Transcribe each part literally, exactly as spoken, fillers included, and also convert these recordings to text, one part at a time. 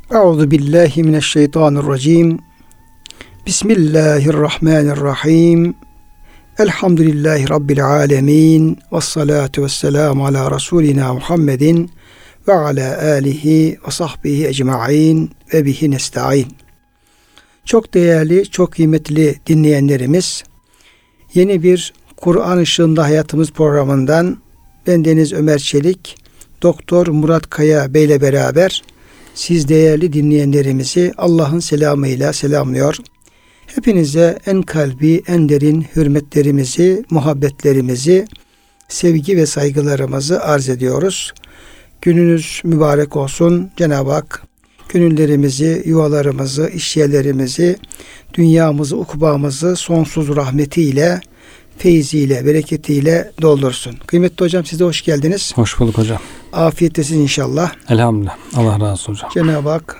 Euzu billahi mineşşeytanirracim. Bismillahirrahmanirrahim. Elhamdülillahi Rabbil alemin. Vessalatu vesselamu ala Resulina Muhammedin ve ala alihi ve sahbihi ecma'in ve bihi nesta'in. Çok değerli, çok kıymetli dinleyenlerimiz, yeni bir Kur'an Işığında Hayatımız programından ben Deniz Ömer Çelik, Doktor Murat Kaya Bey ile beraber siz değerli dinleyenlerimizi Allah'ın selamıyla selamlıyor. Hepinize en kalbi, en derin hürmetlerimizi, muhabbetlerimizi, sevgi ve saygılarımızı arz ediyoruz. Gününüz mübarek olsun. Cenab-ı Hak gönüllerimizi, yuvalarımızı, işyerlerimizi, dünyamızı, ukbamızı sonsuz rahmetiyle, feyziyle, bereketiyle doldursun. Kıymetli hocam, size hoş geldiniz. Hoş bulduk hocam. Afiyettesiniz inşallah. Elhamdülillah. Allah razı olsun hocam. Cenab-ı Hak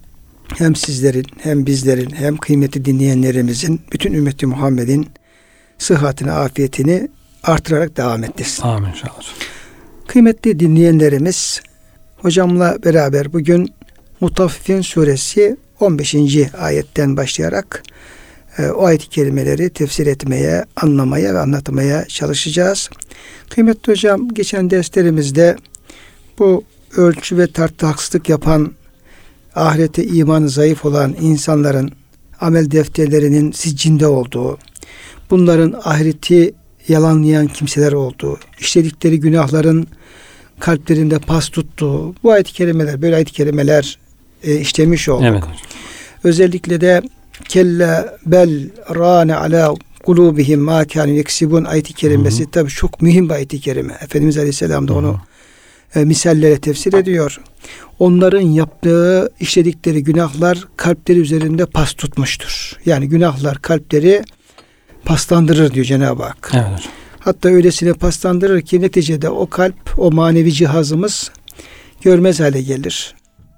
hem sizlerin, hem bizlerin, hem kıymetli dinleyenlerimizin, bütün ümmeti Muhammed'in sıhhatini, afiyetini artırarak devam ettirsin. Amin inşallah. Kıymetli dinleyenlerimiz, hocamla beraber bugün Mutaffifin suresi on beşinci ayetten başlayarak e, o ayet-i kerimeleri tefsir etmeye, anlamaya ve anlatmaya çalışacağız. Kıymetli hocam, geçen derslerimizde bu ölçü ve tartı haksızlık yapan, ahirete imanı zayıf olan insanların amel defterlerinin siccinde olduğu, bunların ahireti yalanlayan kimseler olduğu, işledikleri günahların kalplerinde pas tuttuğu, bu ayet-i kerimeler, böyle ayet-i kerimeler e, işlemiş olduk. Evet. Özellikle de kelle bel rane ala kulubihim ma kanu yeksibun ayet-i kerimesi tabii çok mühim bir ayet-i kerime. Efendimiz Aleyhisselam da onu e, misallere tefsir ediyor. Onların yaptığı, işledikleri günahlar kalpleri üzerinde pas tutmuştur. Yani günahlar kalpleri paslandırır diyor Cenab-ı Hak. Evet. Hatta öylesine paslandırır ki neticede o kalp, o manevi cihazımız görmez hale gelir.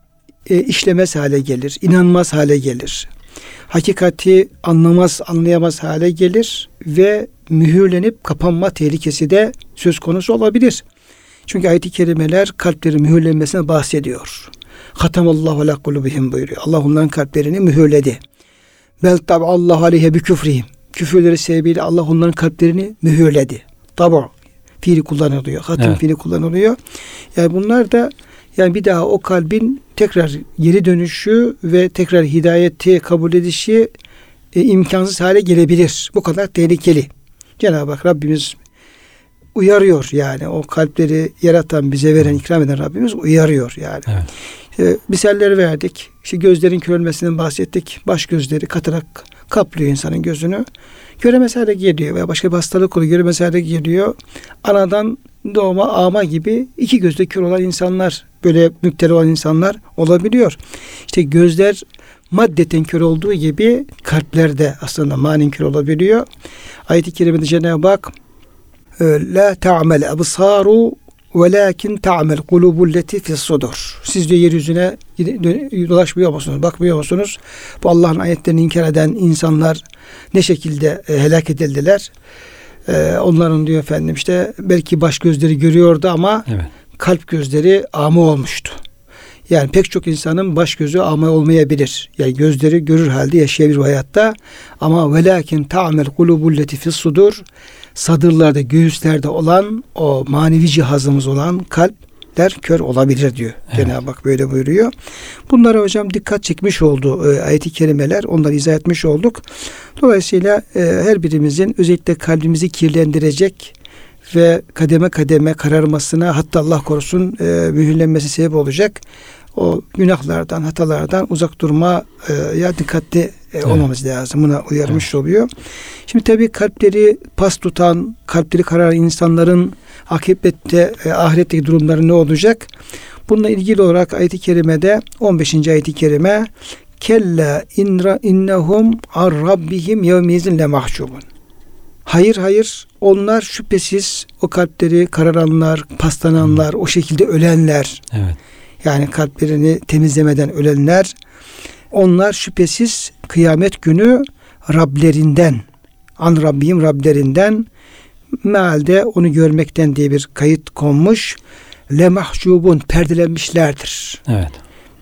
E, işlemez hale gelir. İnanmaz hale gelir. Hakikati anlamaz, anlayamaz hale gelir ve mühürlenip kapanma tehlikesi de söz konusu olabilir. Çünkü ayet-i kerimeler kalplerin mühürlenmesine bahsediyor. Hatamallahu ala kulubihim buyuruyor. Allah onların kalplerini mühürledi. Bel taballahu aleyhe bi küfrihim. Küfürleri sebebiyle Allah onların kalplerini mühürledi. Tabu fiili kullanılıyor. Hatim evet. fiili kullanılıyor. Yani bunlar da yani bir daha o kalbin tekrar geri dönüşü ve tekrar hidayeti kabul edişi e, imkansız hale gelebilir. Bu kadar tehlikeli. Cenab-ı Hak Rabbimiz uyarıyor yani. O kalpleri yaratan, bize veren, ikram eden Rabbimiz uyarıyor yani. Evet. İşte, misaller verdik. İşte gözlerin körülmesinden bahsettik. Baş gözleri katarak kaplıyor insanın gözünü. Göremez hale geliyor veya başka bir hastalık oluyor. Göremez hale geliyor. Anadan doğma ama gibi iki gözde kör olan insanlar, böyle müptela olan insanlar olabiliyor. İşte gözler maddeten kör olduğu gibi kalpler de aslında manen kör olabiliyor. Ayet-i kerimede Cenab-ı Hak la ta'mel absaru velakin ta'mel kulubulleti fissudur. Siz de yeryüzüne dolaşmıyor musunuz? Bakmıyor musunuz? Bu Allah'ın ayetlerini inkar eden insanlar ne şekilde e, helak edildiler? E, onların diyor efendim işte belki baş gözleri görüyordu ama evet. kalp gözleri ama olmuştu. Yani pek çok insanın baş gözü ama olmayabilir. Yani gözleri görür halde yaşayabilir hayatta. Ama velakin ta'mel kulubulleti fissudur. Sadırlarda, göğüslerde olan o manevi cihazımız olan kalpler kör olabilir diyor. Evet. Cenab-ı Hak böyle buyuruyor. Bunlara hocam dikkat çekmiş oldu e, ayet-i kerimeler. Onları izah etmiş olduk. Dolayısıyla e, her birimizin özellikle kalbimizi kirlendirecek ve kademe kademe kararmasına, hatta Allah korusun e, mühürlenmesi sebep olacak o günahlardan, hatalardan uzak durmaya e, dikkatli e, evet. olmamız lazım. Buna uyarmış evet. oluyor. Şimdi tabii kalpleri pas tutan, kalpleri kararan insanların akibette, e, ahiretteki durumları ne olacak? Bununla ilgili olarak ayet-i kerimede on beşinci ayet-i kerime kella inra innehum ar rabbihim yevmizin le mahcubun. Hayır hayır, onlar şüphesiz o kalpleri kararanlar, paslananlar, hmm. o şekilde ölenler. Evet. Yani kalplerini temizlemeden ölenler, onlar şüphesiz kıyamet günü Rablerinden, an Rabbim Rablerinden, mealde onu görmekten diye bir kayıt konmuş, le mahcubun, perdelenmişlerdir. Evet.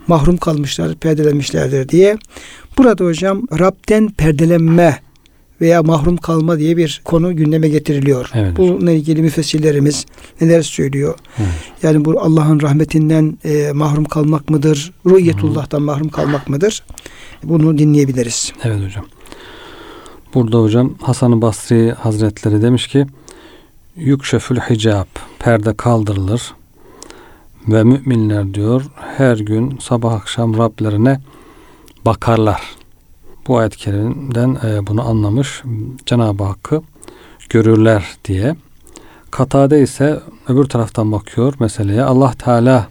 mahrum kalmışlar, perdelenmişlerdir diye. Burada hocam Rab'den perdelenme veya mahrum kalma diye bir konu gündeme getiriliyor. Evet. Bununla ilgili müfessirlerimiz neler söylüyor? Evet. Yani bu Allah'ın rahmetinden e, mahrum kalmak mıdır? Ruhiyetullah'tan mahrum kalmak mıdır? Bunu dinleyebiliriz. Evet hocam. Burada hocam Hasan-ı Basri Hazretleri demiş ki yükşefül hicab, perde kaldırılır ve müminler diyor her gün sabah akşam Rablerine bakarlar. Bu ayet-i kerimden e, bunu anlamış, Cenab-ı Hakk'ı görürler diye. Katade ise öbür taraftan bakıyor meseleye. Allah Teala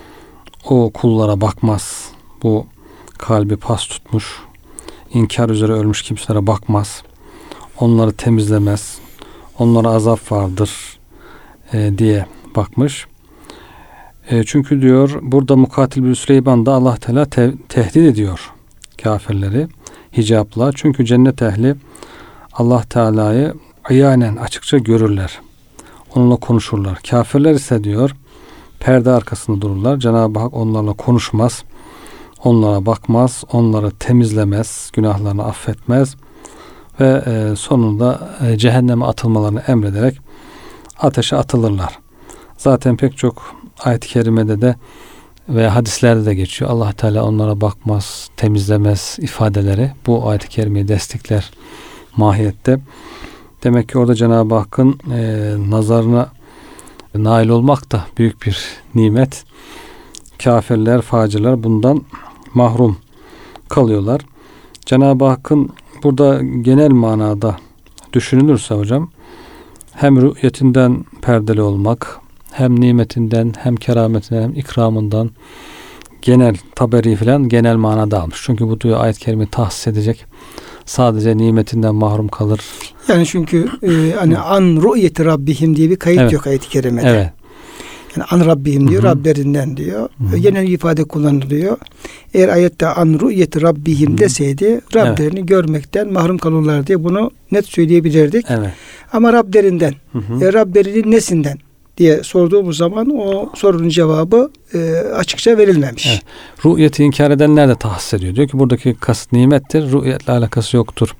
o kullara bakmaz. Bu kalbi pas tutmuş, inkar üzere ölmüş kimselere bakmaz. Onları temizlemez. Onlara azap vardır e, diye bakmış. E, çünkü diyor burada Mukatil bin Süleyman da Allah Teala te- tehdit ediyor kafirleri hicapla. Çünkü cennet ehli Allah Teala'yı ayanen açıkça görürler. Onunla konuşurlar. Kafirler ise diyor perde arkasında dururlar. Cenab-ı Hak onlarla konuşmaz. Onlara bakmaz. Onları temizlemez. Günahlarını affetmez. Ve e, sonunda e, cehenneme atılmalarını emrederek ateşe atılırlar. Zaten pek çok ayet-i kerimede de ve hadislerde de geçiyor. Allah Teala onlara bakmaz, temizlemez ifadeleri bu ayet-i kerimeyi destekler mahiyette. Demek ki orada Cenab-ı Hakk'ın e, nazarına nail olmak da büyük bir nimet. Kafirler, facirler bundan mahrum kalıyorlar. Cenab-ı Hakk'ın burada genel manada düşünülürse hocam hem rü'yetinden perdeli olmak, hem nimetinden, hem kerametinden, hem ikramından genel, Taberi filan genel manada almış. Çünkü bu diyor ayet-i kerime tahsis edecek. Sadece nimetinden mahrum kalır. Yani çünkü e, hani an ru'yeti rabbihim diye bir kayıt evet. yok ayet-i kerimede. Evet. Yani an Rabbihim diyor, Hı-hı. Rablerinden diyor. Hı-hı. Genel bir ifade kullanılıyor. Eğer ayette an ru'yeti rabbihim Hı-hı. deseydi Rablerini evet. görmekten mahrum kalırlar diye bunu net söyleyebilirdik. Evet. Ama Rablerinden, e, Rablerinin nesinden diye sorduğumuz zaman o sorunun cevabı e, açıkça verilmemiş. Evet. Ru'yeti inkar edenler de tahsis ediyor. Diyor ki buradaki kasıt nimettir, ru'yetle alakası yoktur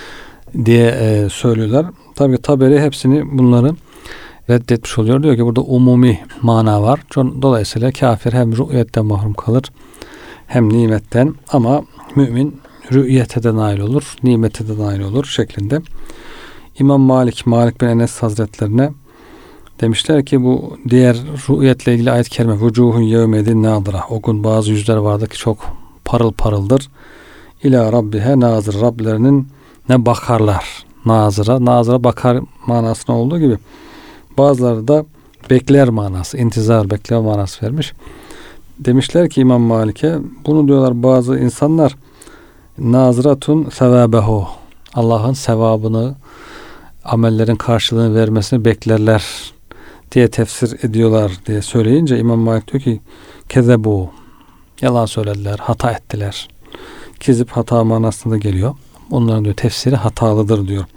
diye e, söylüyorlar. Tabii Taberi hepsini bunları reddetmiş oluyor. Diyor ki burada umumi mana var. Dolayısıyla kafir hem rü'yetten mahrum kalır hem nimetten ama mümin rü'yete de nail olur, nimete de nail olur şeklinde. İmam Malik, Malik bin Enes Hazretlerine demişler ki bu diğer rü'yetle ilgili ayet-i kerime vucuhun yevmedin nadira. O gün bazı yüzler vardı ki çok parıl parıldır. İlâ rabbihe nazır. Rablerinin ne bakarlar. Nazıra. Nazıra bakar manasına olduğu gibi bazıları da bekler manası, intizar, bekler manası vermiş. Demişler ki İmam Malik'e bunu diyorlar bazı insanlar nazratun sevabehu. Allah'ın sevabını, amellerin karşılığını vermesini beklerler diye tefsir ediyorlar diye söyleyince İmam Malik diyor ki kezebu. Yalan söylediler, hata ettiler. Kizip hata manasında geliyor. Onların diyor tefsiri hatalıdır diyor.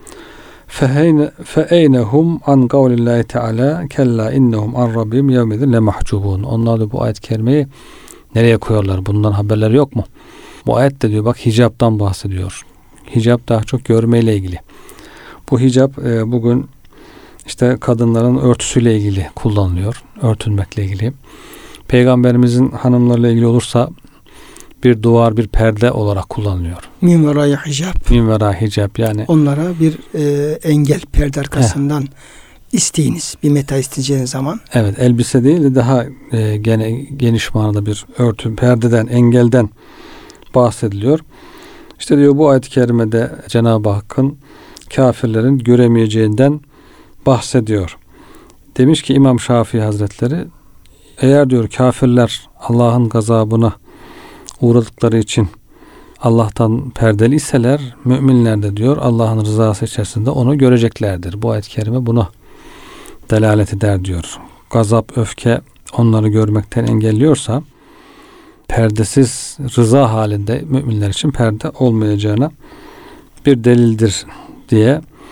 فَاَيْنَهُمْ عَنْ قَوْلِ اللّٰهِ تَعَالَى كَلَّا اِنَّهُمْ عَنْ رَبِّهِمْ يَوْمِذٍ لَمَحْجُوبُونَ. Onlar da bu ayet-i kerimeyi nereye koyuyorlar? Bundan haberleri yok mu? Bu ayet de diyor bak hicaptan bahsediyor. Hicap daha çok görmeyle ilgili. Bu hicap e, bugün işte kadınların örtüsüyle ilgili kullanılıyor. Örtünmekle ilgili. Peygamberimizin hanımlarıyla ilgili olursa bir duvar, bir perde olarak kullanılıyor. Min verâ hicab. Min verâ hicab yani. Onlara bir e, engel, perde arkasından Heh. isteyiniz. Bir meta isteyeceğiniz zaman. Evet, elbise değil de daha e, gene geniş manada bir örtü, perdeden, engelden bahsediliyor. İşte diyor bu ayet-i kerimede Cenab-ı Hakk'ın kafirlerin göremeyeceğinden bahsediyor. Demiş ki İmam Şafii Hazretleri eğer diyor kafirler Allah'ın gazabına uğradıkları için Allah'tan perdeli iseler müminler de diyor Allah'ın rızası içerisinde onu göreceklerdir. Bu ayet-i kerime buna delalet eder diyor. Gazap, öfke onları görmekten engelliyorsa perdesiz rıza halinde müminler için perde olmayacağına bir delildir diye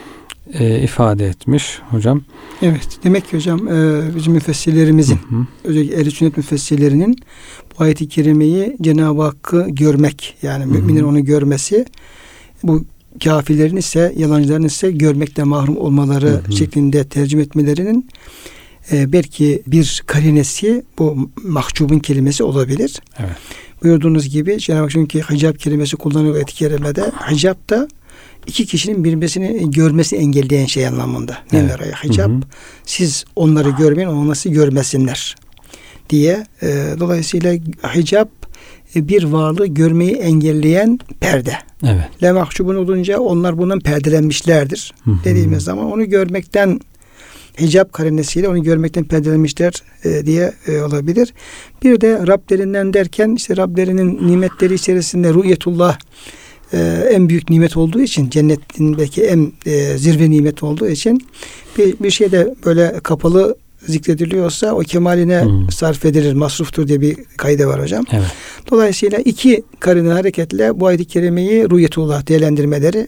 e, ifade etmiş hocam. Evet. Demek ki hocam e, bizim müfessirlerimizin, hı hı. özellikle ehl-i sünnet müfessirlerinin bu ayet-i kerimeyi Cenab-ı Hakk'ı görmek, yani müminin onu görmesi, bu kafirlerin ise, yalancıların ise görmekten mahrum olmaları hı hı. şeklinde tercüme etmelerinin e, belki bir karinesi bu mahcubun kelimesi olabilir. Evet. Buyurduğunuz gibi Cenab-ı Hak çünkü hicab kelimesi kullanılıyor ayet-i kerimede. Hicab da iki kişinin birbirini görmesini engelleyen şey anlamında. Ne evet. var hicab? Hı hı. Siz onları görmeyin, onlar sizi görmesinler diye. E, dolayısıyla hicab e, bir varlığı görmeyi engelleyen perde. Evet. Le mahcubun olunca onlar bundan perdelenmişlerdir. Hı hı. Dediğimiz zaman onu görmekten, hicab karinesiyle onu görmekten perdelenmişler e, diye e, olabilir. Bir de Rablerinden derken işte Rablerinin nimetleri içerisinde ru'yetullah e, en büyük nimet olduğu için, cennetin belki en e, zirve nimet olduğu için bir, bir şey de böyle kapalı zikrediliyorsa o kemaline hmm. sarf edilir, masruftur diye bir kaide var hocam. Evet. Dolayısıyla iki karine hareketle bu ayet-i kerimeyi ru'yetullah değerlendirmeleri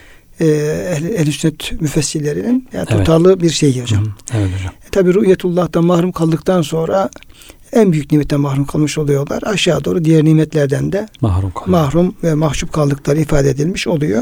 ehl-i sünnet müfessirlerinin yani evet. tutarlı bir şey hocam. Hı, evet hocam. E, tabi ru'yetullah'tan mahrum kaldıktan sonra en büyük nimetten mahrum kalmış oluyorlar. Aşağı doğru diğer nimetlerden de mahrum, mahrum ve mahcup kaldıkları ifade edilmiş oluyor.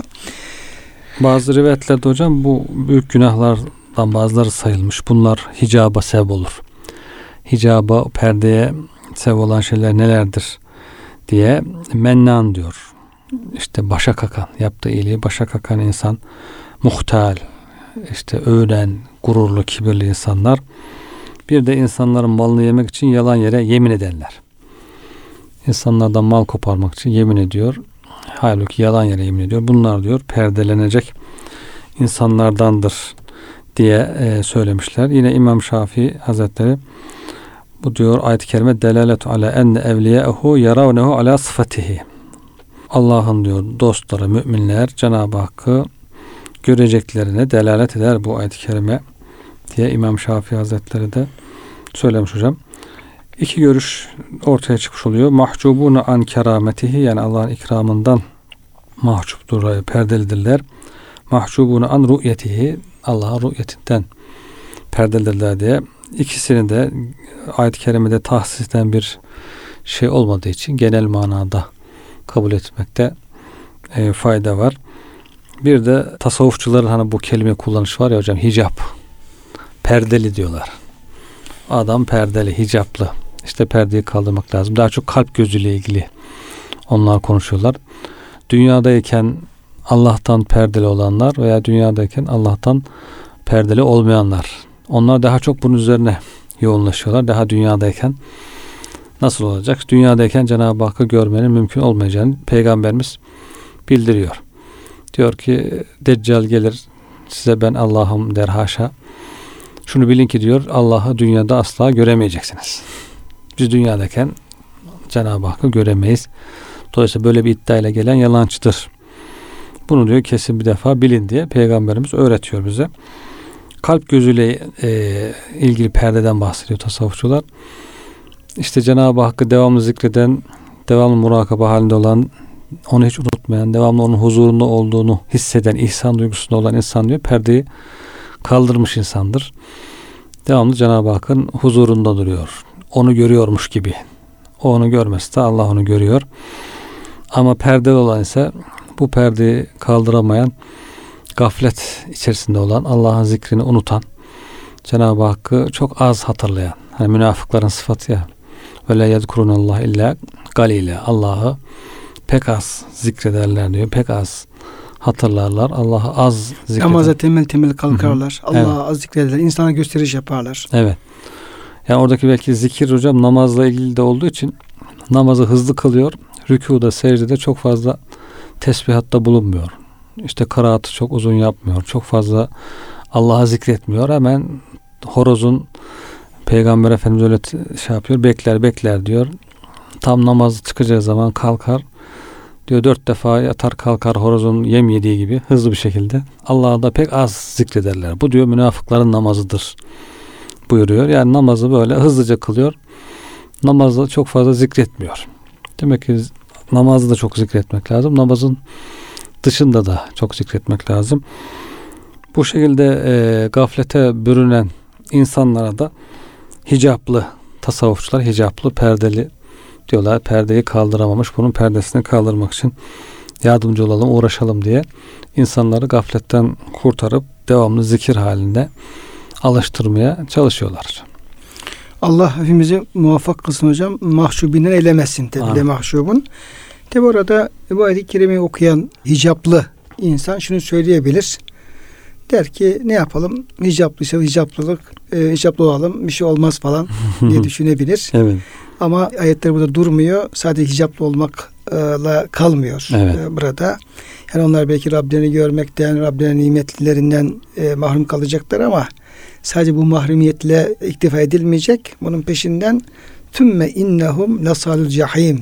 Bazı rivayetlerde hocam bu büyük günahlardan bazıları sayılmış. Bunlar hicaba sebep olur. Hicaba, perdeye sebep olan şeyler nelerdir diye Mennan diyor. İşte başa kakan, yaptığı iyiliği başa kakan insan, muhtal, işte övünen, gururlu, kibirli insanlar. Bir de insanların malını yemek için yalan yere yemin edenler. İnsanlardan mal koparmak için yemin ediyor. Halbuki yalan yere yemin ediyor. Bunlar diyor perdelenecek insanlardandır diye e, söylemişler. Yine İmam Şafii Hazretleri bu diyor ayet-i kerime delaletu ala enne evliyahu yaravnehu ala sıfatihi. Allah'ın diyor dostları, müminler Cenab-ı Hakk'ı göreceklerine delalet eder bu ayet-i kerime diye İmam Şafii Hazretleri de söylemiş hocam. İki görüş ortaya çıkmış oluyor. Mahcubuna an kerametihi, yani Allah'ın ikramından mahcuptur, perdelidirler. Mahcubuna an ru'yetihi, Allah'ın ru'yetinden perdelidirler diye. İkisini de ayet-i kerimede tahsis eden bir şey olmadığı için genel manada kabul etmekte e, fayda var. Bir de tasavvufçuların hani bu kelime kullanışı var ya hocam, hicap. Perdeli diyorlar. Adam perdeli, hicaplı. İşte perdeyi kaldırmak lazım. Daha çok kalp gözüyle ilgili onlar konuşuyorlar. Dünyadayken Allah'tan perdeli olanlar veya dünyadayken Allah'tan perdeli olmayanlar. Onlar daha çok bunun üzerine yoğunlaşıyorlar. Daha dünyadayken nasıl olacak? Dünyadayken Cenab-ı Hakk'ı görmenin mümkün olmayacağını Peygamberimiz bildiriyor. Diyor ki Deccal gelir size ben Allah'ım der, haşa. Şunu bilin ki diyor Allah'ı dünyada asla göremeyeceksiniz. Biz dünyadayken Cenab-ı Hakk'ı göremeyiz. Dolayısıyla böyle bir iddiayla gelen yalancıdır. Bunu diyor kesin bir defa bilin diye Peygamberimiz öğretiyor bize. Kalp gözüyle e, ilgili perdeden bahsediyor tasavvufçular. İşte Cenab-ı Hakk'ı devamlı zikreden, devamlı murakaba halinde olan, onu hiç unutmayan, devamlı onun huzurunda olduğunu hisseden, ihsan duygusunda olan insan diyor perdeyi kaldırmış insandır. Devamlı Cenab-ı Hakk'ın huzurunda duruyor. Onu görüyormuş gibi. O onu görmezse Allah onu görüyor. Ama perdeli olan ise bu perdeyi kaldıramayan, gaflet içerisinde olan, Allah'ın zikrini unutan, Cenab-ı Hakk'ı çok az hatırlayan, hani münafıkların sıfatı ya, ve la yezkurunallah illa galile, Allah'ı pek az zikrederler diyor, pek az hatırlarlar, Allah'ı az zikreder. Namaza temel temel kalkarlar, Allah'ı evet. az zikrederler, insana gösteriş yaparlar. Evet. Yani oradaki belki zikir hocam namazla ilgili de olduğu için namazı hızlı kılıyor, rükûda, secdede çok fazla tesbihatta bulunmuyor. İşte kıraatı çok uzun yapmıyor. Çok fazla Allah'ı zikretmiyor. Hemen horozun Peygamber Efendimiz öyle şey yapıyor. Bekler bekler diyor. Tam namaz çıkacağı zaman kalkar. Diyor dört defa yatar kalkar horozun yem yediği gibi hızlı bir şekilde. Allah'ı da pek az zikrederler. Bu diyor münafıkların namazıdır buyuruyor. Yani namazı böyle hızlıca kılıyor. Namazda çok fazla zikretmiyor. Demek ki namazı da çok zikretmek lazım. Namazın dışında da çok zikretmek lazım. Bu şekilde e, gaflete bürünen insanlara da hicaplı tasavvufçular, hicaplı, perdeli diyorlar. Perdeyi kaldıramamış. Bunun perdesini kaldırmak için yardımcı olalım, uğraşalım diye insanları gafletten kurtarıp devamlı zikir halinde alıştırmaya çalışıyorlar. Allah hepimizi muvaffak kılsın hocam. Mahşubinden eylemesin tabi de mahşubun. Tabi orada bu ayet-i kerimeyi okuyan hicaplı insan şunu söyleyebilir. Der ki ne yapalım? Hicaplıysa hicaplılık, e, hicaplı olalım, bir şey olmaz falan diye düşünebilir. Evet. Ama ayetler burada durmuyor. Sadece hicaplı olmakla kalmıyor evet. e, burada. Yani onlar belki Rablerini görmekten, Rablerinin nimetlerinden e, mahrum kalacaklar ama sadece bu mahrumiyetle iktifa edilmeyecek. Bunun peşinden tümme innehum lasalul cahim.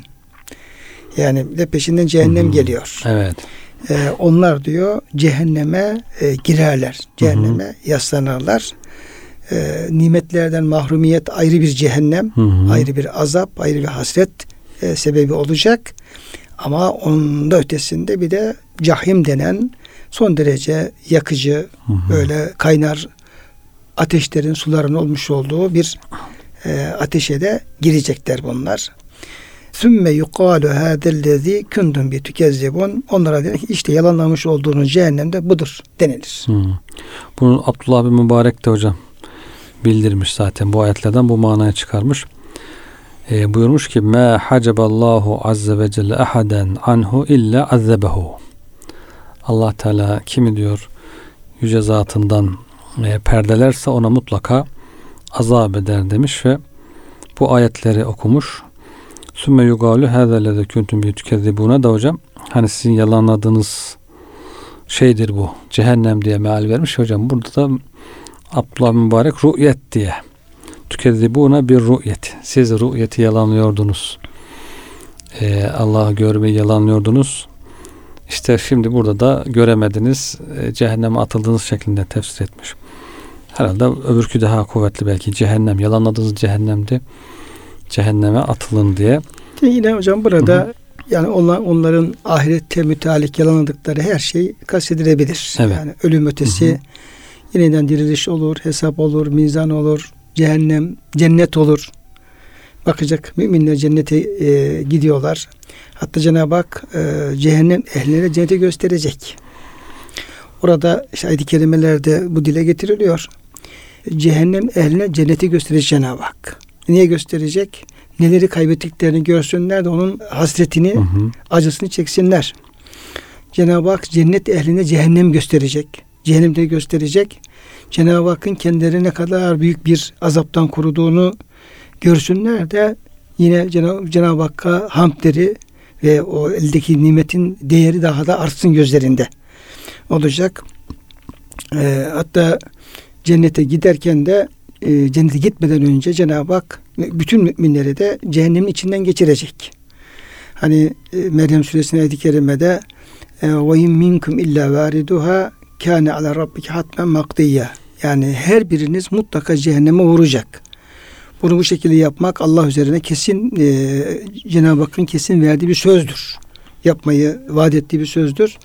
Yani bir de peşinden cehennem Hı-hı. geliyor. Evet. Ee, onlar diyor cehenneme e, girerler. Cehenneme Hı-hı. yaslanırlar. Ee, nimetlerden mahrumiyet ayrı bir cehennem, Hı-hı. ayrı bir azap, ayrı bir hasret e, sebebi olacak. Ama onun da ötesinde bir de cahim denen son derece yakıcı, Hı-hı. böyle kaynar ateşlerin, suların olmuş olduğu bir e, ateşe de girecekler bunlar. Sümme yuqalu hâzellezî kuntum bi tükezzibun. Onlara denir ki işte yalanlamış olduğunuz cehennemde budur denilir. Hmm. Bunu Abdullah bin Mübarek de hocam bildirmiş zaten, bu ayetlerden bu manaya çıkarmış. E, buyurmuş ki mâ haceballahu azze ve celle ahaden anhu illa azzebehu. Allah Teala kimi diyor yüce zatından e, perdelerse ona mutlaka azap eder demiş ve bu ayetleri okumuş. Sümme yugalu hâzellezî kuntum bi tükezzibûne da hocam hani sizin yalanladığınız şeydir bu. Cehennem diye meal vermiş hocam. Burada da Abdullah Mübarek ru'yet diye. Tükezzibûne bir ru'yet. Siz ru'yeti yalanlıyordunuz. Ee, Allah'ı görmeyi yalanlıyordunuz. İşte şimdi burada da göremediniz. E, cehenneme atıldığınız şeklinde tefsir etmiş. Herhalde öbürkü daha kuvvetli belki. Cehennem. Yalanladığınız cehennemdi. Cehenneme atılın diye. Yine hocam burada Hı-hı. yani onlar, onların ahirette müteallik yalanladıkları her şey kastedilebilir. Evet. Yani ölüm ötesi Hı-hı. yeniden diriliş olur, hesap olur, mizan olur, cehennem, cennet olur. Bakacak müminler cennete e, gidiyorlar. Hatta Cenab-ı Hak e, cehennem ehline cenneti gösterecek. Orada işte ayet-i kerimelerde bu dile getiriliyor. Cehennem ehline cenneti gösterecek Cenab-ı Hak. Niye gösterecek? Neleri kaybettiklerini görsünler de onun hasretini, hı hı. acısını çeksinler. Cenab-ı Hak cennet ehline cehennem gösterecek. Cehennemde gösterecek. Cenab-ı Hakk'ın kendilerine ne kadar büyük bir azaptan koruduğunu görsünler de yine Cenab- Cenab-ı Hakk'a hamdleri ve o eldeki nimetin değeri daha da artsın gözlerinde olacak. E, hatta cennete giderken de e, cennete gitmeden önce Cenab-ı Hak bütün müminleri de cehennemin içinden geçirecek. Hani e, Meryem suresinin ayet-i kerimede ve in minkum illa variduha kana ala rabbike hatmen makdiyya. Yani her biriniz mutlaka cehenneme uğrayacak. Bunu bu şekilde yapmak Allah üzerine kesin e, Cenab-ı Hakk'ın kesin verdiği bir sözdür. Yapmayı vaat ettiği bir sözdür.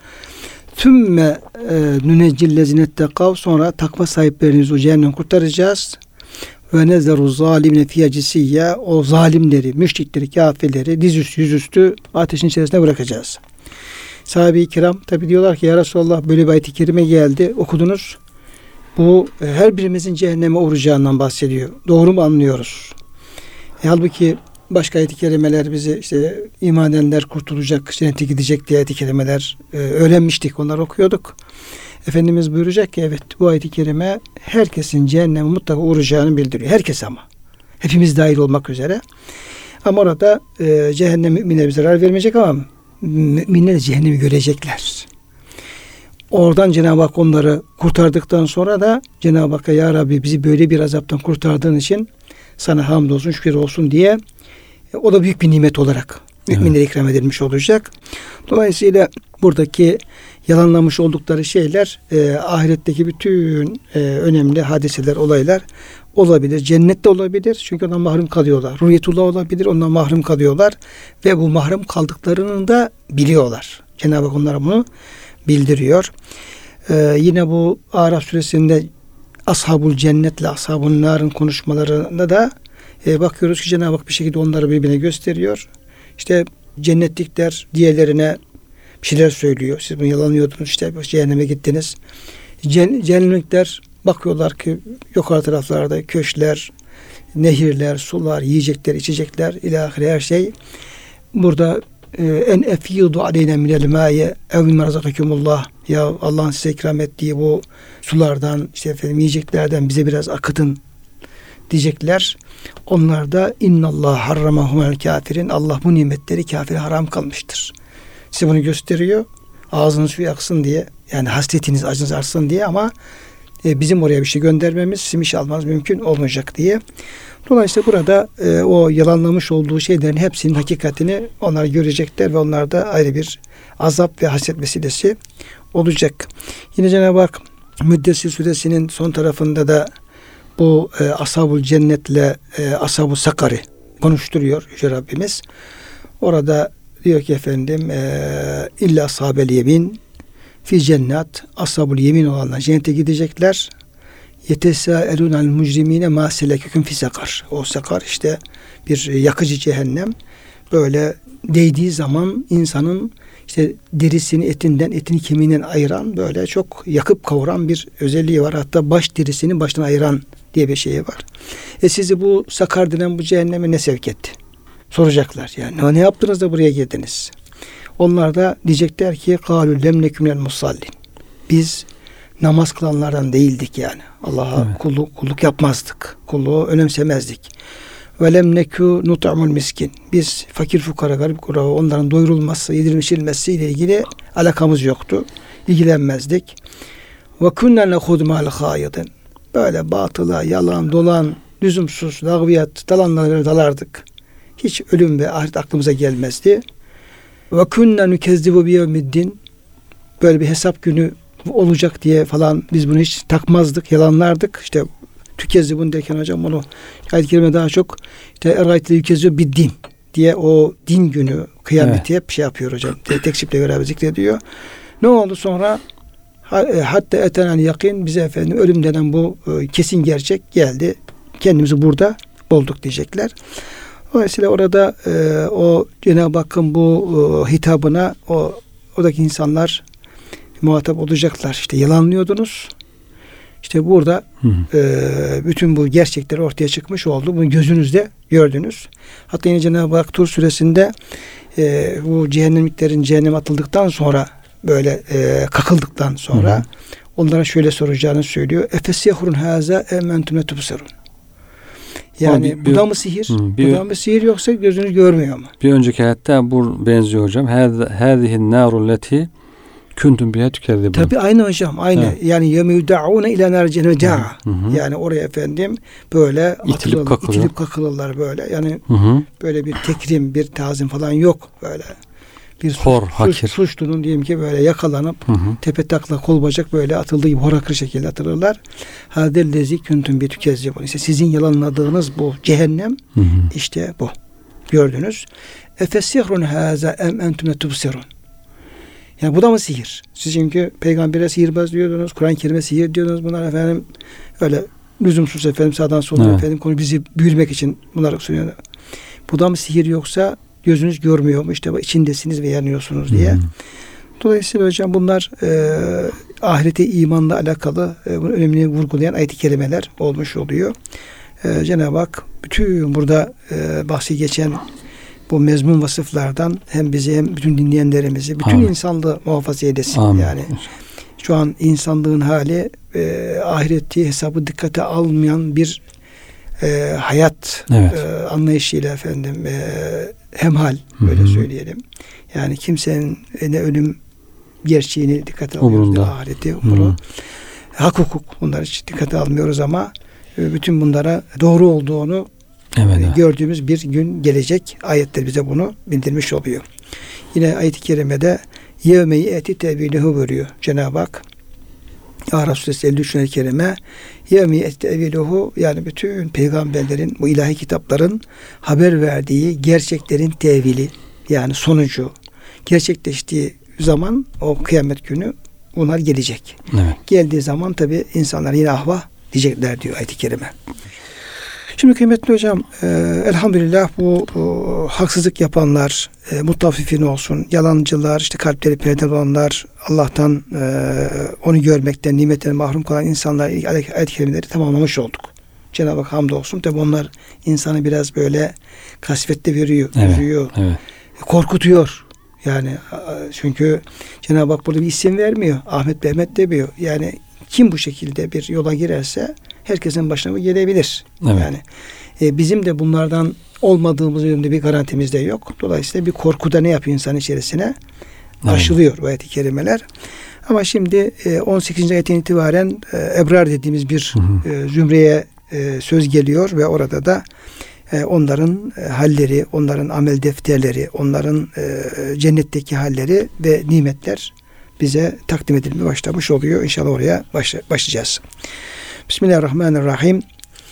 Tümme nüneccillezine tekav, sonra takva sahiplerinizi o cehennem kurtaracağız. Ve nezeru zalimine fiyacisiye, o zalimleri, müşrikleri, kafirleri dizüstü yüzüstü ateşin içerisine bırakacağız. Sahabe-i kiram tabi diyorlar ki ya Resulallah böyle bir ayet-i kerime geldi, okudunuz. Bu her birimizin cehenneme uğrayacağından bahsediyor. Doğru mu anlıyoruz? E, halbuki başka ayet-i kerimeler bize işte iman edenler kurtulacak, cennete gidecek diye ayet-i kerimeler e, öğrenmiştik. Onları okuyorduk. Efendimiz buyuracak ki evet bu ayet-i kerime herkesin cehenneme mutlaka uğrayacağını bildiriyor. Herkes ama. Hepimiz dahil olmak üzere. Ama orada e, cehennem müminlere zarar vermeyecek ama müminler de cehennemi görecekler. Oradan Cenab-ı Hak onları kurtardıktan sonra da Cenab-ı Hakk'a ya Rabbi bizi böyle bir azaptan kurtardığın için sana hamdolsun, şükür olsun diye e, o da büyük bir nimet olarak müminlere evet. ikram edilmiş olacak. Dolayısıyla buradaki yalanlamış oldukları şeyler e, ahiretteki bütün e, önemli hadiseler, olaylar olabilir. Cennette olabilir. Çünkü ondan mahrum kalıyorlar. Ruhiyetullah olabilir. Ondan mahrum kalıyorlar. Ve bu mahrum kaldıklarını da biliyorlar. Cenab-ı Hak onlara bunu bildiriyor. Ee, yine bu Araf suresinde Ashabul cennetle Ashabun narın konuşmalarında da e, bakıyoruz ki Cenab-ı Hak bir şekilde onları birbirine gösteriyor. İşte cennetlikler diğerlerine bir şeyler söylüyor. Siz bunu yalanlıyordunuz, işte cehenneme gittiniz. Cehennemlikler bakıyorlar ki yukarı taraflarda köşkler, nehirler, sular, yiyecekler, içecekler, ilahire her şey. Burada e, en efidu aleyne minel mâye ev mimâ razakakumullah, ya Allah'ın size ikram ettiği bu sulardan, işte efendim yiyeceklerden bize biraz akıtın diyecekler. Onlar da innallah harramahumel kafirin, Allah bu nimetleri kafire haram kalmıştır. Size bunu gösteriyor. Ağzınız suyu aksın diye, yani hasretiniz, acınız artsın diye, ama e, bizim oraya bir şey göndermemiz, sizin iş almanız mümkün olmayacak diye. Dolayısıyla burada e, o yalanlamış olduğu şeylerin hepsinin hakikatini onlar görecekler ve onlar da ayrı bir azap ve hasret vesilesi olacak. Yine Cenab-ı Hak Müddessir suresinin son tarafında da bu e, Ashab-ül Cennet'le e, Ashab-ı Sakar'ı konuşturuyor Yüce Rabbimiz. Orada diyor ki efendim e, illa ashabel yemin fi cennet, ashab-ül yemin olanlar cennete gidecekler. Yetesâelûnel mücrimîne mâ seleküküm fi sakar. O sakar işte bir yakıcı cehennem. Böyle değdiği zaman insanın işte derisini etinden, etini kemiğinden ayıran, böyle çok yakıp kavuran bir özelliği var. Hatta baş derisini baştan ayıran diye bir şey var. E sizi bu sakar denen bu cehenneme ne sevk etti? Soracaklar yani. Ne yaptınız da buraya girdiniz? Onlar da diyecekler ki kâlû lem neküm minel musallin. Biz namaz kılanlardan değildik yani. Allah'a evet. kulluk, kulluk yapmazdık. Kulluğu önemsemezdik. Ve lem nekû nut'amul miskin. Biz fakir fukara, garip kura, onların doyurulması, yedirilmiş içilmesi ile ilgili alakamız yoktu. İlgilenmezdik. Ve kunnâ nehûdû ma'al khâidin. Böyle batıla, yalan, dolan, lüzumsuz, lağviyat, dalanlara dalardık. Hiç ölüm ve ahiret aklımıza gelmezdi. Ve kunnâ nükezzibu biyevmiddin. Böyle bir hesap günü olacak diye falan biz bunu hiç takmazdık, yalanlardık. İşte tükezzibun derken hocam onu ayet-i kerime daha çok işte eraytle yükezzibu biddin diye o din günü, kıyameti evet. hep şey yapıyor hocam. Tekşifle beraber zikrediyor. Ne oldu sonra? Hatta etenen yakin, bize efendim ölüm denen bu kesin gerçek geldi. Kendimizi burada bulduk diyecekler. Dolayısıyla orada e, o Cenab-ı Hakk'ın bu e, hitabına o oradaki insanlar muhatap olacaklar. İşte yalanlıyordunuz. İşte burada hı hı. E, bütün bu gerçekler ortaya çıkmış oldu. Bunu gözünüzde gördünüz. Hatta yine Cenab-ı Hak Tur suresinde e, bu cehennemliklerin cehenneme atıldıktan sonra böyle e, kakıldıktan sonra hı hı. onlara şöyle soracağını söylüyor. Efesyahrun haza ementum tubsirun. Yani bir, bu da mı sihir? Hı, bir, bu da mı sihir yoksa gözünüz görmüyor mu? Bir önceki ayette bu benziyor hocam. Hâzihin nârul leti kuntum biha tükezzibun. Tabii aynı hocam, aynı. Evet. Yani yemûda'ûne ilâ nâr cehenneme. Yani oraya efendim böyle itilip kakılıyor. itilip kakılırlar böyle. Yani hı hı. böyle bir tekrim, bir tazim falan yok böyle. Bir hor, suç, suç, suçlunun diyelim ki böyle yakalanıp hı hı. tepe takla kol bacak böyle atıldığı gibi horakır şekilde atılırlar. Hâdellezî kuntum bihi tükezzibun. İşte sizin yalanladığınız bu cehennem hı hı. işte bu. Gördünüz. Efesihrun hâzâ em entum tubsirun. Yani bu da mı sihir? Siz çünkü peygambere sihirbaz diyordunuz, Kur'an-ı Kerim'e sihir diyordunuz. Bunlar efendim öyle lüzumsuz efendim sağdan soldan evet. efendim konu bizi büyürmek için bunları sunuyor. Bu da mı sihir yoksa gözünüz görmüyor mu? İşte içindesiniz ve yanıyorsunuz diye. Hmm. Dolayısıyla hocam bunlar e, ahirete imanla alakalı e, bunun önemini vurgulayan ayet-i kerimeler olmuş oluyor. E, Cenab-ı Hak bütün burada e, bahsi geçen bu mezmun vasıflardan hem bizi hem bütün dinleyenlerimizi, bütün Amin. insanlığı muhafaza edesin. Amin. Yani şu an insanlığın hali e, ahireti hesabı dikkate almayan bir e, hayat evet. e, anlayışıyla efendim e, hemhal böyle Hı-hı. söyleyelim. Yani kimsenin ne ölüm gerçeğini dikkate almıyoruz, ne ahireti, umuru, hak hukuk bunları hiç dikkate almıyoruz ama e, bütün bunlara doğru olduğunu evet, evet. gördüğümüz bir gün gelecek. Ayetler bize bunu bildirmiş oluyor. Yine ayet-i kerimede yevme yeti teviluhu buyuruyor Cenab-ı Hak. Araf suresi elli üç ayet-i kerime yevme yeti teviluhu, yani bütün peygamberlerin, bu ilahi kitapların haber verdiği gerçeklerin tevili, yani sonucu gerçekleştiği zaman o kıyamet günü Bunlar gelecek. Evet. Geldiği zaman tabi insanlar yine ahva diyecekler diyor ayet-i kerime. Şimdi kıymetli hocam, e, elhamdülillah bu e, haksızlık yapanlar, e, mutaffifin olsun, yalancılar, işte kalpleri perdeli olanlar, Allah'tan e, onu görmekten, nimetten mahrum kalan insanlar ayet-i kerimeleri tamamlamış olduk. Cenab-ı Hak hamdolsun. Tabi onlar insanı biraz böyle kasvette veriyor, evet, üzüyor, evet. korkutuyor. Yani çünkü Cenab-ı Hak burada bir isim vermiyor. Ahmet Mehmet demiyor. Yani kim bu şekilde bir yola girerse herkesin başına bu gelebilir. Evet. Yani e, bizim de bunlardan olmadığımız yönünde bir garantimiz de yok. Dolayısıyla bir korku da ne yapıyor insan içerisine? Evet. Aşılıyor bu ayet-i kerimeler. Ama şimdi e, on sekizinci ayetten itibaren e, ebrar dediğimiz bir hı hı. E, zümreye e, söz geliyor ve orada da e, onların e, halleri, onların amel defterleri, onların e, cennetteki halleri ve nimetler bize takdim edilmeye başlamış oluyor. İnşallah oraya başla, başlayacağız. Bismillahirrahmanirrahim.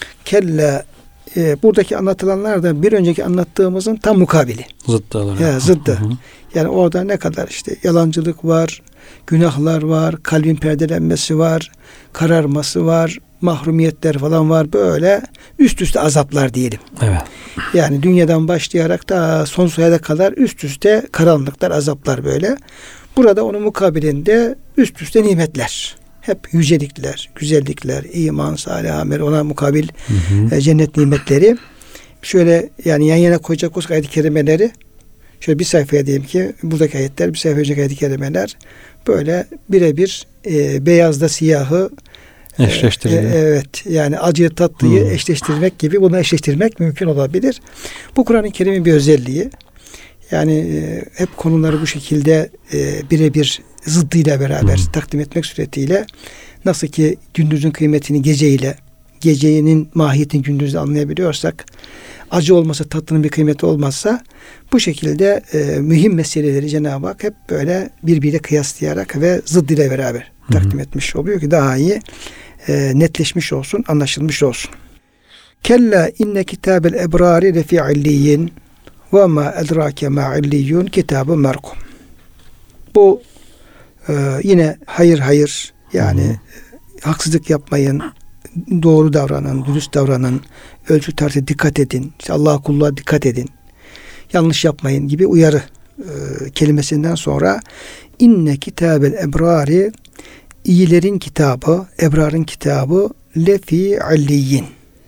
Kelle, e, buradaki anlatılanlar da bir önceki anlattığımızın tam mukabili. Zıttı olarak. Ya, zıttı. Yani orada ne kadar işte yalancılık var, günahlar var, kalbin perdelenmesi var, kararması var, mahrumiyetler falan var. Böyle üst üste azaplar diyelim. Evet. Yani dünyadan başlayarak da son soyada kadar üst üste karanlıklar, azaplar böyle. Burada onun mukabilinde üst üste nimetler. Hep yücelikler, güzellikler, iman, salih amel, ona mukabil hı hı. E, cennet nimetleri. Şöyle yani yan yana koyacak olsak ayet-i kerimeleri, şöyle bir sayfaya diyelim ki buradaki ayetler, bir sayfa önceki ayet-i kerimeler böyle birebir e, beyazda siyahı eşleştiriliyor. E, evet. Yani acıyı tatlıyı hmm. eşleştirmek gibi bunu eşleştirmek mümkün olabilir. Bu Kur'an-ı Kerim'in bir özelliği. Yani e, hep konuları bu şekilde e, birebir zıddıyla beraber hmm. takdim etmek suretiyle, nasıl ki gündüzün kıymetini geceyle, gecenin mahiyetini gündüzle anlayabiliyorsak, acı olmasa, tatlının bir kıymeti olmazsa, bu şekilde e, mühim meseleleri Cenab-ı Hak hep böyle birbiriyle kıyaslayarak ve zıddıyla beraber hmm. takdim etmiş oluyor ki daha iyi e, netleşmiş olsun, anlaşılmış olsun. Kella inne kitabel ebrari lefi illiyin ve ma edrake ma illiyyun kitabı merkum. Bu e, yine hayır hayır yani hı hı. haksızlık yapmayın, doğru davranın, dürüst davranın, ölçü tartı dikkat edin, işte Allah'a kulluğa dikkat edin, yanlış yapmayın gibi uyarı e, kelimesinden sonra inne kitabel ebrari, iyilerin kitabı, ebrarın kitabı lefi illiyin,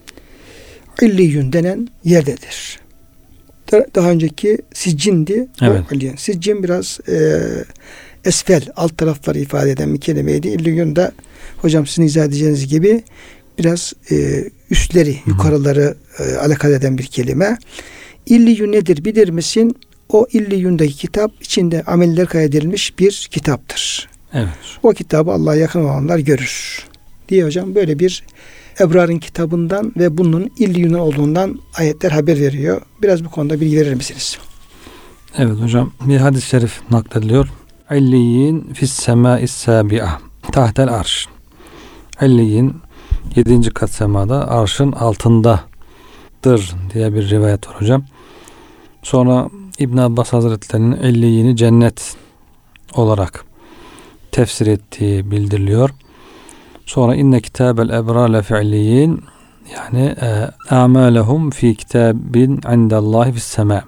illiyyun denen yerdedir. Daha önceki siccindi. Evet. Siccin biraz e, esfel, alt tarafları ifade eden bir kelimeydi. İlliyun da hocam sizin izah edeceğiniz gibi biraz e, üstleri, Hı-hı. yukarıları e, alakadar eden bir kelime. İlliyun nedir bilir misin? O illiyundaki kitap içinde ameller kaydedilmiş bir kitaptır. Evet. O kitabı Allah'a yakın olanlar görür diye hocam böyle bir Ebrar'ın kitabından ve bunun illiyundan olduğundan ayetler haber veriyor. Biraz bu konuda bilgi verir misiniz? Evet hocam. Bir hadis-i şerif naklediliyor. İlliyin fis semâis sâbi'a tahtel arş. İlliyin yedinci kat semada, arşın altındadır diye bir rivayet var hocam. Sonra İbn Abbas Hazretleri'nin illiyini cennet olarak tefsir ettiği bildiriliyor. Sonra inne kitabel ebrâle fi'liyin, yani a'malehum fi kitabin indallahi fis sema.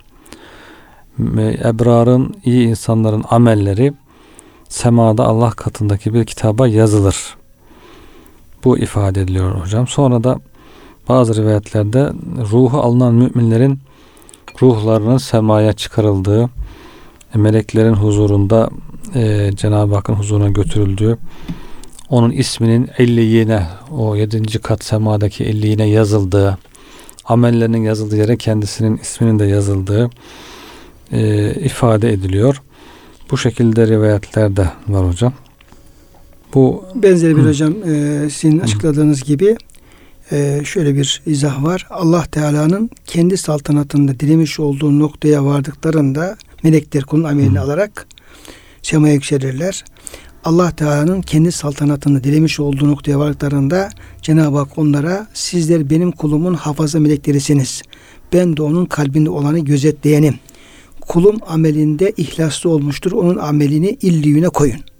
Ebrarın, iyi insanların amelleri semada Allah katındaki bir kitaba yazılır. Bu ifade ediliyor hocam. Sonra da bazı rivayetlerde ruhu alınan müminlerin ruhlarının semaya çıkarıldığı, meleklerin huzurunda e, Cenab-ı Hakk'ın huzuruna götürüldüğü, onun isminin elliyine, o yedinci kat semadaki elliyine yazıldığı, amellerinin yazıldığı yere kendisinin isminin de yazıldığı e, ifade ediliyor. Bu şekilde rivayetler de var hocam. Bu benzer bir hı. hocam e, sizin hı. açıkladığınız gibi e, şöyle bir izah var. Allah Teala'nın kendi saltanatında dilemiş olduğu noktaya vardıklarında melekler kulun amelini hı. alarak semaya yükselirler. Allah Teala'nın kendi saltanatını dilemiş olduğu noktaya vardıklarında Cenab-ı Hak onlara, sizler benim kulumun hafaza meleklerisiniz. Ben de onun kalbinde olanı gözetleyenim. Kulum amelinde ihlaslı olmuştur. Onun amelini illiyüne koyun.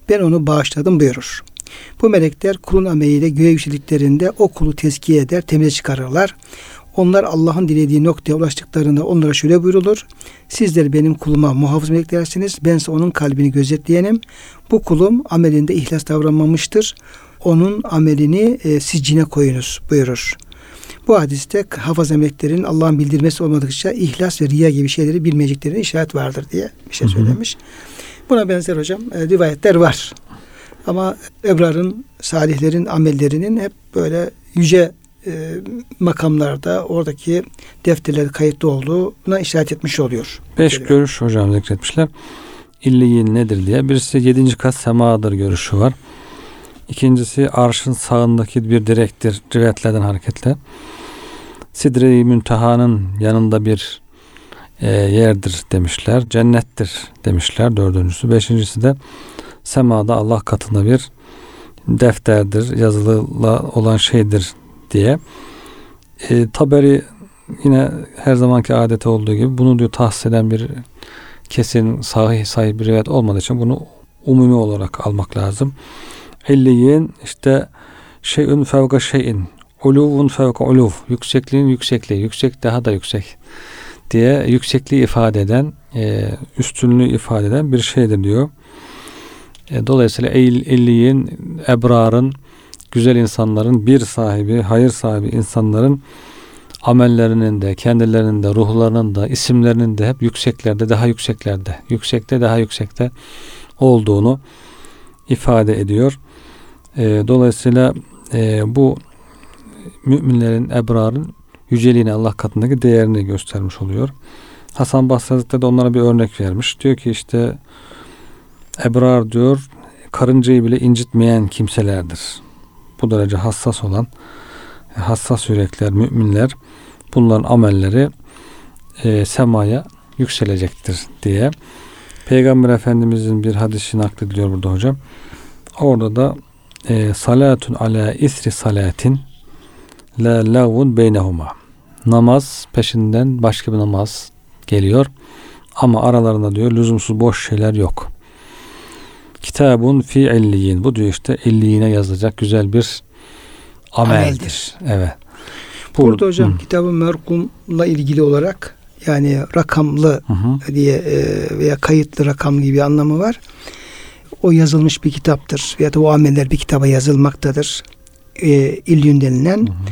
ben onu bağışladım buyurur. Bu melekler kulun ameliyle göğe yükseldiklerinde o kulu tezkiye eder, temize çıkarırlar. Onlar Allah'ın dilediği noktaya ulaştıklarında onlara şöyle buyrulur. Sizler benim kuluma muhafız meleklersiniz. Bense onun kalbini gözetleyenim. Bu kulum amelinde ihlas davranmamıştır. Onun amelini e, siccine koyunuz buyurur. Bu hadiste hafız meleklerin Allah'ın bildirmesi olmadıkça ihlas ve riya gibi şeyleri bilmeyeceklerine işaret vardır diye bir şey söylemiş. Hı hı. Buna benzer hocam e, rivayetler var. Ama ebrarın, salihlerin amellerinin hep böyle yüce e, makamlarda oradaki defterler kayıtlı olduğuna işaret etmiş oluyor. Beş Geliyor. Görüş hocam zikretmişler. İlliyin nedir diye. Birisi yedinci kat semadır görüşü var. İkincisi arşın sağındaki bir direktir rivayetlerden hareketle. Sidre-i Münteha'nın yanında bir e, yerdir demişler. Cennettir demişler dördüncüsü. Beşincisi de semada Allah katında bir defterdir, yazılı olan şeydir diye. E, Taberi yine her zamanki adeti olduğu gibi bunu diyor tahsis eden bir kesin sahih sahih bir rivayet olmadığı için bunu umumi olarak almak lazım. Elliyin işte şeyün fevka şeyin, uluvun fevka uluv, yüksekliğin yüksekliği, yüksek daha da yüksek diye yüksekliği ifade eden, e, üstünlüğü ifade eden bir şeydir diyor. E, dolayısıyla elliyin, ebrarın, güzel insanların, bir sahibi, hayır sahibi insanların amellerinin de, kendilerinin de, ruhlarının da, isimlerinin de hep yükseklerde, daha yükseklerde, yüksekte, daha yüksekte olduğunu ifade ediyor. E, dolayısıyla e, bu müminlerin, ebrarın yüceliğini, Allah katındaki değerini göstermiş oluyor. Hasan Basri Hazretleri de onlara bir örnek vermiş. Diyor ki işte ebrar diyor karıncayı bile incitmeyen kimselerdir. Bu derece hassas olan, hassas yürekler, müminler, bunların amelleri e, semaya yükselecektir diye. Peygamber Efendimizin bir hadisi naklediliyor burada hocam. Orada da e, salatun ala isri salatin la lavun beynehuma. Namaz peşinden başka bir namaz geliyor. Ama aralarında diyor lüzumsuz boş şeyler yok. Kitabun fi elliyin. Bu diyor işte elliyine yazılacak güzel bir ameldir. ameldir. Evet. Burada, Burada hocam hı. Kitab-ı Merkum'la ilgili olarak yani rakamlı hı hı. diye e, veya kayıtlı rakamlı gibi bir anlamı var. O yazılmış bir kitaptır. Veya da o ameller bir kitaba yazılmaktadır. E, İlliyün denilen. Hı hı.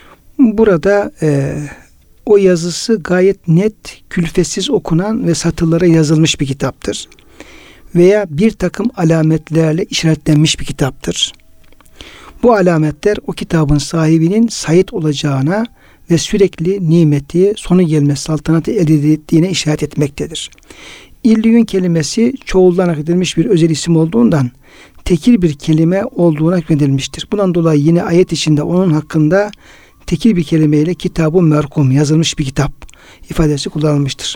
Burada e, o yazısı gayet net, külfetsiz okunan ve satırlara yazılmış bir kitaptır. Veya bir takım alametlerle işaretlenmiş bir kitaptır. Bu alametler o kitabın sahibinin sayit olacağına ve sürekli nimeti, sonu gelmez saltanatı elde ettiğine işaret etmektedir. İlliyün kelimesi çoğuldan aktarılmış bir özel isim olduğundan tekil bir kelime olduğuna hükmedilmiştir. Bundan dolayı yine ayet içinde onun hakkında tekil bir kelimeyle Kitab-ı Merkum yazılmış bir kitap ifadesi kullanılmıştır.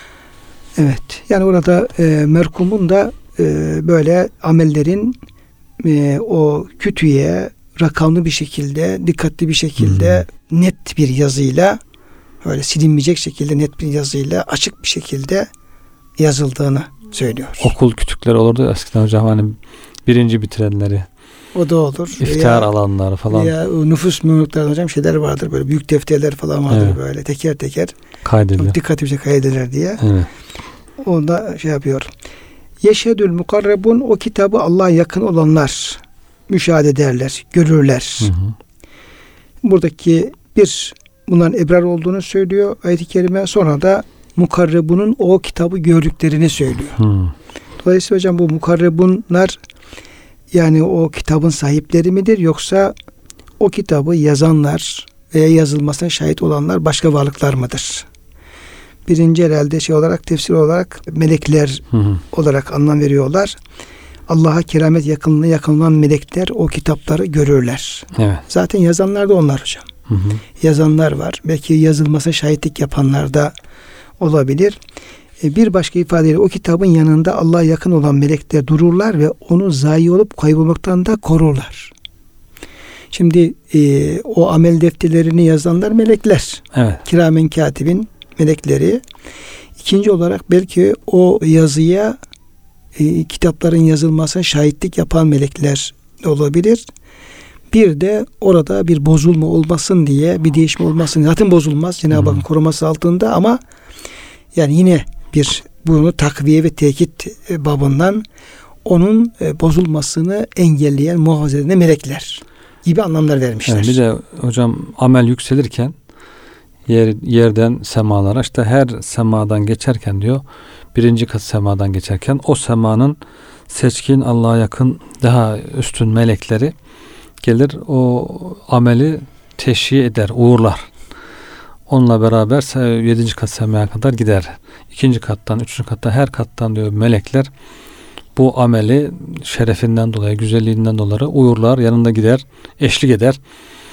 Evet. Yani orada e, merkumun da e, böyle amellerin e, o kütüye rakamlı bir şekilde, dikkatli bir şekilde, hmm. net bir yazıyla, öyle silinmeyecek şekilde net bir yazıyla, açık bir şekilde yazıldığını söylüyor. Okul kütükleri olurdu eskiden hocam, hani birinci bitirenleri. O da olur. İftihar alanları falan. Ya nüfus memurluklarında hocam şeyler vardır, böyle büyük defterler falan vardır, evet. Böyle teker teker kaydedilir. Dikkatli bir şey kaydedilir diye. Evet. Onda şey yapıyor. Yeşhedül mukarrebun, o kitabı Allah'a yakın olanlar müşahede ederler, görürler. Hı hı. Buradaki bir bunların ebrar olduğunu söylüyor ayet-i kerime. Sonra da mukarrebunun o kitabı gördüklerini söylüyor. Hı. Dolayısıyla hocam bu mukarrebunlar yani o kitabın sahipleri midir, yoksa o kitabı yazanlar veya yazılmasına şahit olanlar başka varlıklar mıdır? Birinci herhalde şey olarak, tefsir olarak melekler hı hı. olarak anlam veriyorlar. Allah'a keramet yakınlığına yakın olan melekler o kitapları görürler. Evet. Zaten yazanlar da onlar hocam. Hı hı. Yazanlar var. Belki yazılmasına şahitlik yapanlar da olabilir. Bir başka ifadeyle o kitabın yanında Allah'a yakın olan melekler dururlar ve onu zayi olup kaybolmaktan da korurlar. Şimdi e, o amel defterlerini yazanlar melekler. Evet. Kiramen katibin melekleri. İkinci olarak belki o yazıya e, kitapların yazılmasına şahitlik yapan melekler olabilir. Bir de orada bir bozulma olmasın diye, bir değişme olmasın. Zaten bozulmaz. Cenab-ı Hakk'ın koruması altında ama yani yine bir bunu takviye ve tekit babından onun e, bozulmasını engelleyen, muhafaza eden melekler gibi anlamlar vermişler. Yani bir de hocam amel yükselirken yer, yerden semalara, işte her semadan geçerken diyor, birinci kat semadan geçerken o semanın seçkin, Allah'a yakın, daha üstün melekleri gelir, o ameli teşhi eder, uğurlar. Onunla beraber yedinci kat semaya kadar gider. İkinci kattan, üçüncü kattan, her kattan diyor melekler bu ameli şerefinden dolayı, güzelliğinden dolayı uğurlar, yanında gider, eşlik eder.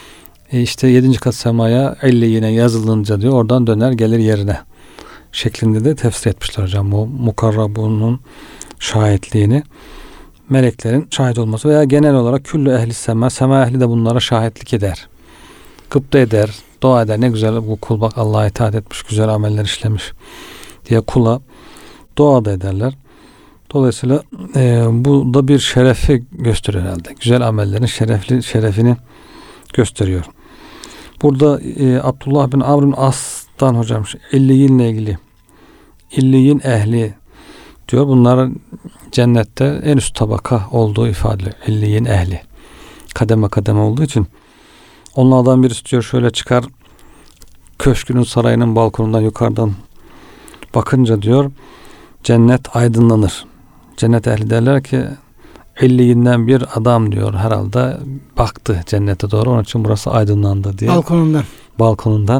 E işte yedinci kat semaya elli yine yazılınca diyor, oradan döner gelir yerine şeklinde de tefsir etmişler hocam bu mukarrabunun şahitliğini. Meleklerin şahit olması veya genel olarak küllü ehli sema, sema ehli de bunlara şahitlik eder. Gıpta eder, dua eder. Ne güzel bu kul, bak Allah'a itaat etmiş, güzel ameller işlemiş diye kula dua da ederler. Dolayısıyla e, bu da bir şerefi gösteriyor herhalde. Güzel amellerin şerefli şerefini gösteriyor. Burada e, Abdullah bin Amr bin As'tan hocam illiyin ile ilgili, illiyin ehli diyor. Bunların cennette en üst tabaka olduğu ifade ediliyor. İlliyin ehli. Kademe kademe olduğu için. Onlardan birisi diyor şöyle çıkar, köşkünün, sarayının balkonundan yukarıdan bakınca diyor cennet aydınlanır. Cennet ehli derler ki elliyinden bir adam diyor herhalde baktı cennete doğru, onun için burası aydınlandı diye. Balkonundan. Balkonundan.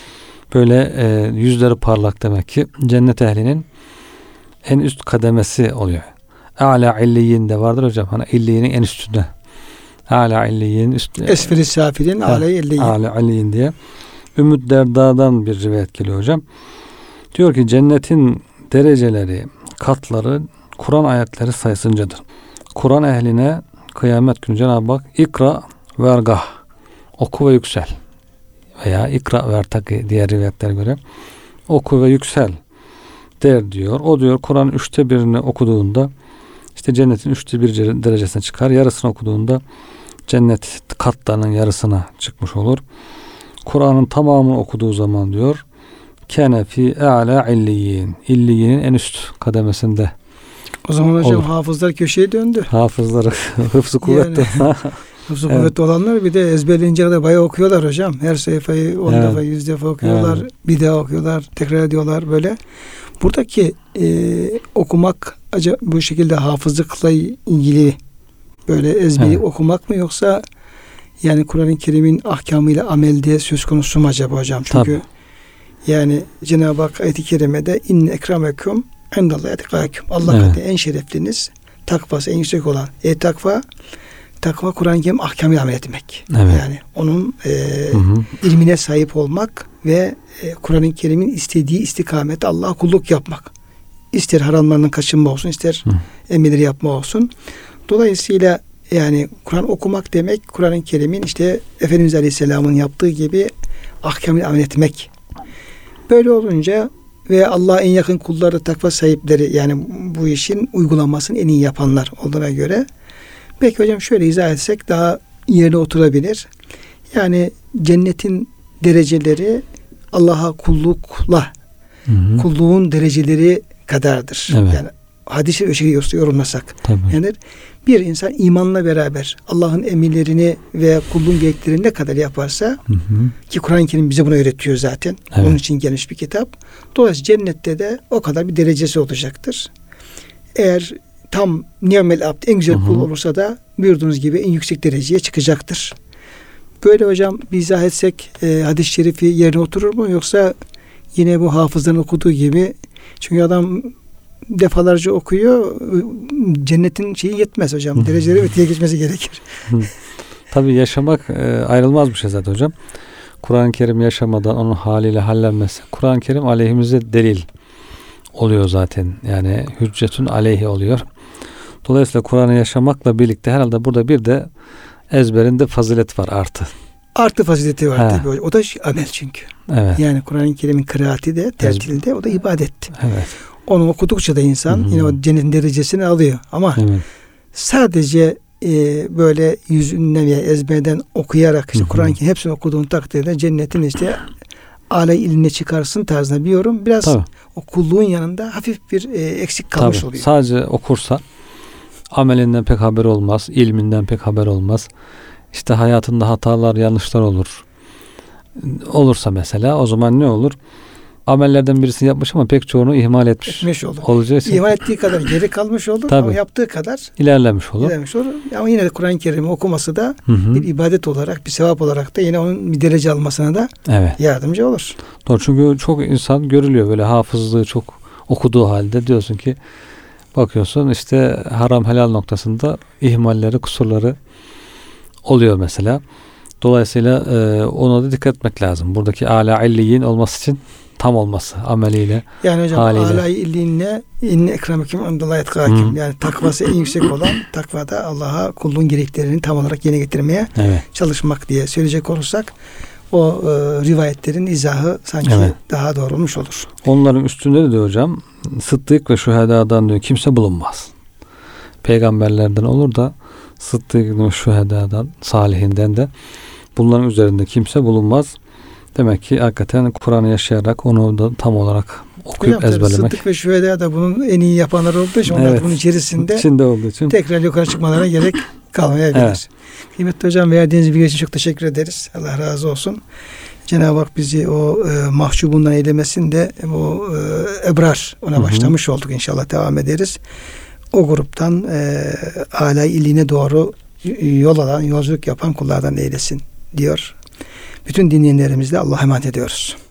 Böyle e, yüzleri parlak, demek ki cennet ehlinin en üst kademesi oluyor. A'la illiyin de vardır hocam. Hani illiyinin en üstünde. A'la illiyin üstünde. Esferi safilin a'la illiyin. A'la illiyin diye. Ümmü Derda'dan bir rivayet geliyor hocam. Diyor ki cennetin dereceleri, katları Kur'an ayetleri sayısıncadır. Kur'an ehline kıyamet günü Cenab-ı Hak ikra vergah, oku ve yüksel, veya ikra vertaki diğer rivayetlere göre oku ve yüksel der diyor. O diyor Kur'an'ın üçte birini okuduğunda işte cennetin üçte bir derecesine çıkar. Yarısını okuduğunda cennet katlarının yarısına çıkmış olur. Kur'an'ın tamamını okuduğu zaman diyor kene fi a'la illiyin, illiyinin en üst kademesinde. O zaman hocam olur. Hafızlar köşeye döndü. Hafızları hıfzı kuvvetli. Yani, hıfzı evet. Kuvvetli olanlar bir de ezberleyince de bayağı okuyorlar hocam. Her sayfayı on evet. defa, yüz defa okuyorlar. Evet. Bir daha okuyorlar, tekrar ediyorlar böyle. Buradaki e, okumak acaba bu şekilde hafızlıkla ilgili böyle ezberi evet. okumak mı, yoksa yani Kur'an-ı Kerim'in ahkamıyla amel diye söz konusu mu acaba hocam? Çünkü tabii. Yani Cenab-ı Hak ayet-i kerimede inne ekrameküm endallahi etkâküm. Allah evet. katında en şerefliniz, takvası en yüksek olan. E takva, takva Kur'an-ı Kerim ahkamıyla amel etmek. Evet. Yani onun e, hı hı. ilmine sahip olmak ve e, Kur'an-ı Kerim'in istediği istikamette Allah'a kulluk yapmak. İster haramlarından kaçınma olsun, ister hı. emirleri yapma olsun. Dolayısıyla yani Kur'an okumak demek, Kur'an-ı Kerim'in işte Efendimiz Aleyhisselam'ın yaptığı gibi ahkamıyla amel etmek. Böyle olunca ve Allah'a en yakın kulları, takva sahipleri, yani bu işin uygulamasını en iyi yapanlar olduğuna göre belki hocam şöyle izah etsek daha yerine oturabilir. Yani cennetin dereceleri Allah'a kullukla, hı hı. kulluğun dereceleri kadardır. Evet. Yani hadisi o şekilde yorumlasak. Tabii. Yani bir insan imanla beraber Allah'ın emirlerini ve kulluğun gereklerini ne kadar yaparsa, hı hı. ki Kur'an-ı Kerim bize bunu öğretiyor zaten. Evet. Onun için geniş bir kitap. Dolayısıyla cennette de o kadar bir derecesi olacaktır. Eğer tam ni'mel abd, en güzel hı hı. kul olursa da buyurduğunuz gibi en yüksek dereceye çıkacaktır. Böyle hocam bir izah etsek e, hadis-i şerifi yerine oturur mu, yoksa yine bu hafızların okuduğu gibi, çünkü adam defalarca okuyor, cennetin şeyi yetmez hocam. Dereceleri öteye geçmesi gerekir. Tabii yaşamak e, ayrılmaz bir şey zaten hocam. Kur'an-ı Kerim yaşamadan onun haliyle hallenmesi. Kur'an-ı Kerim aleyhimize delil oluyor zaten. Yani hüccetün aleyhi oluyor. Dolayısıyla Kur'an'ı yaşamakla birlikte herhalde burada bir de ezberinde fazilet var, artı. Artı fazileti var He. tabii. O da amel çünkü. Evet. Yani Kur'an-ı Kerim'in kıraati de, tertili de, o da ibadet. Evet. Onu okudukça da insan Hı hı. yine o cennetin derecesini alıyor. Ama Evet. sadece e, böyle yüzünden veya ezberden okuyarak işte Hı hı. Kur'an-ı Kerim hepsini okuduğun takdirde cennetin işte âlâ iline çıkarsın tarzında bir yorum. Biraz Tabii. o kulluğun yanında hafif bir e, eksik kalmış Tabii. oluyor. Sadece okursa amelinden pek haber olmaz, ilminden pek haber olmaz. İşte hayatında hatalar, yanlışlar olur. Olursa mesela o zaman ne olur? Amellerden birisini yapmış ama pek çoğunu ihmal etmiş, Etmiş olur. olacağı için İman ettiği kadar geri kalmış olur Tabii. ama yaptığı kadar ilerlemiş olur. ilerlemiş olur. Ama yine de Kur'an-ı Kerim'i okuması da Hı hı. bir ibadet olarak, bir sevap olarak da yine onun bir derece almasına da Evet. yardımcı olur. Doğru, çünkü çok insan görülüyor böyle hafızlığı çok okuduğu halde, diyorsun ki bakıyorsun işte haram helal noktasında ihmalleri, kusurları oluyor mesela. Dolayısıyla e, ona da dikkat etmek lazım. Buradaki âlâ illiyin olması için tam olması ameliyle. Yani hocam Haliyle. âlâ-i illiğinle inne ekrameküm indallâhi etkâküm. Hı. Yani takvası en yüksek olan takvada Allah'a kulluğun gereklerini tam olarak yerine getirmeye Evet. çalışmak diye söyleyecek olursak o e, rivayetlerin izahı sanki Evet. daha doğru olmuş olur. Onların üstünde de diyor hocam, sıddık ve şühedadan diyor kimse bulunmaz. Peygamberlerden olur da sıddık ve şühedadan, salihinden de bunların üzerinde kimse bulunmaz. Demek ki hakikaten Kur'an'ı yaşayarak onu da tam olarak okuyup Hocam, tabii ezberlemek. Sıddık ve şühedâ da bunun en iyi yapanlar olduğu için onlar Evet. da bunun içerisinde İçinde olduğu için. tekrar yukarı çıkmalarına gerek kalmayabilir. Evet. Kıymetli hocam, verdiğiniz bilgi için çok teşekkür ederiz. Allah razı olsun. Cenab-ı Hak bizi o e, mahcubundan eylemesin de o e, ebrar ona Hı hı. başlamış olduk. İnşallah devam ederiz. O gruptan e, âlâ illiğine doğru yol alan, yolculuk yapan kullardan eylesin diyor. Bütün dinleyenlerimizle Allah'a emanet ediyoruz.